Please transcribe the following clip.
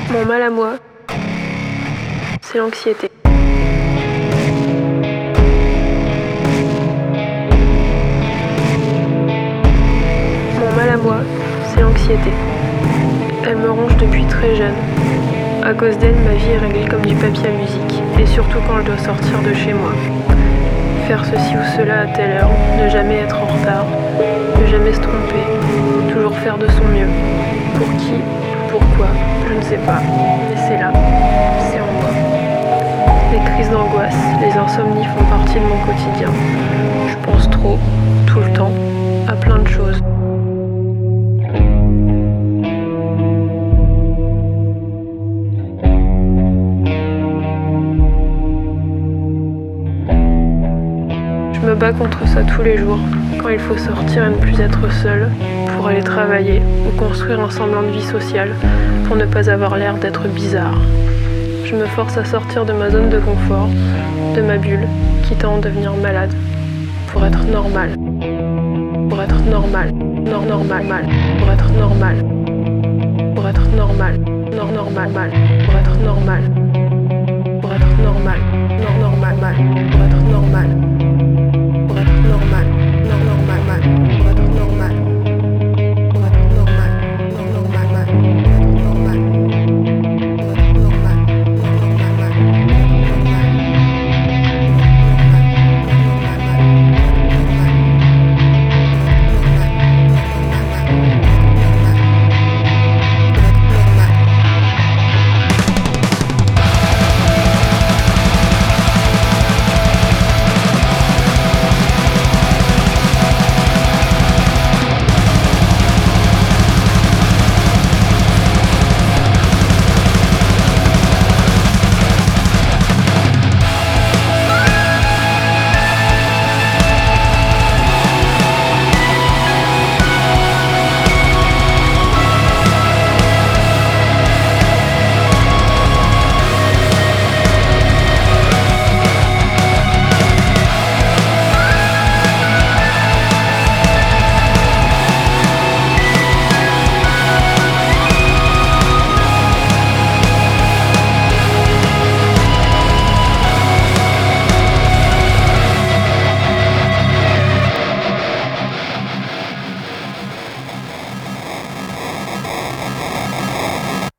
Mon mal à moi, c'est l'anxiété. Mon mal à moi, c'est l'anxiété. Elle me ronge depuis très jeune. À cause d'elle, ma vie est réglée comme du papier à musique, et surtout quand je dois sortir de chez moi. Faire ceci ou cela à telle heure, ne jamais être en retard, ne jamais se tromper, toujours faire de son mieux. Pour qui? Pourquoi? Je ne sais pas, mais c'est là, c'est en moi. Les crises d'angoisse, les insomnies font partie de mon quotidien. Je pense trop, tout le temps, à plein de choses. Je me bats contre ça tous les jours, quand il faut sortir et ne plus être seule, pour aller travailler ou construire un semblant de vie sociale, pour ne pas avoir l'air d'être bizarre. Je me force à sortir de ma zone de confort, de ma bulle, quitte à en devenir malade, pour être normal. Pour être normal, normal, mal, pour être normal. Pour être normal, normal, mal, pour être normal. Pour être normal, normal, mal, pour être normal.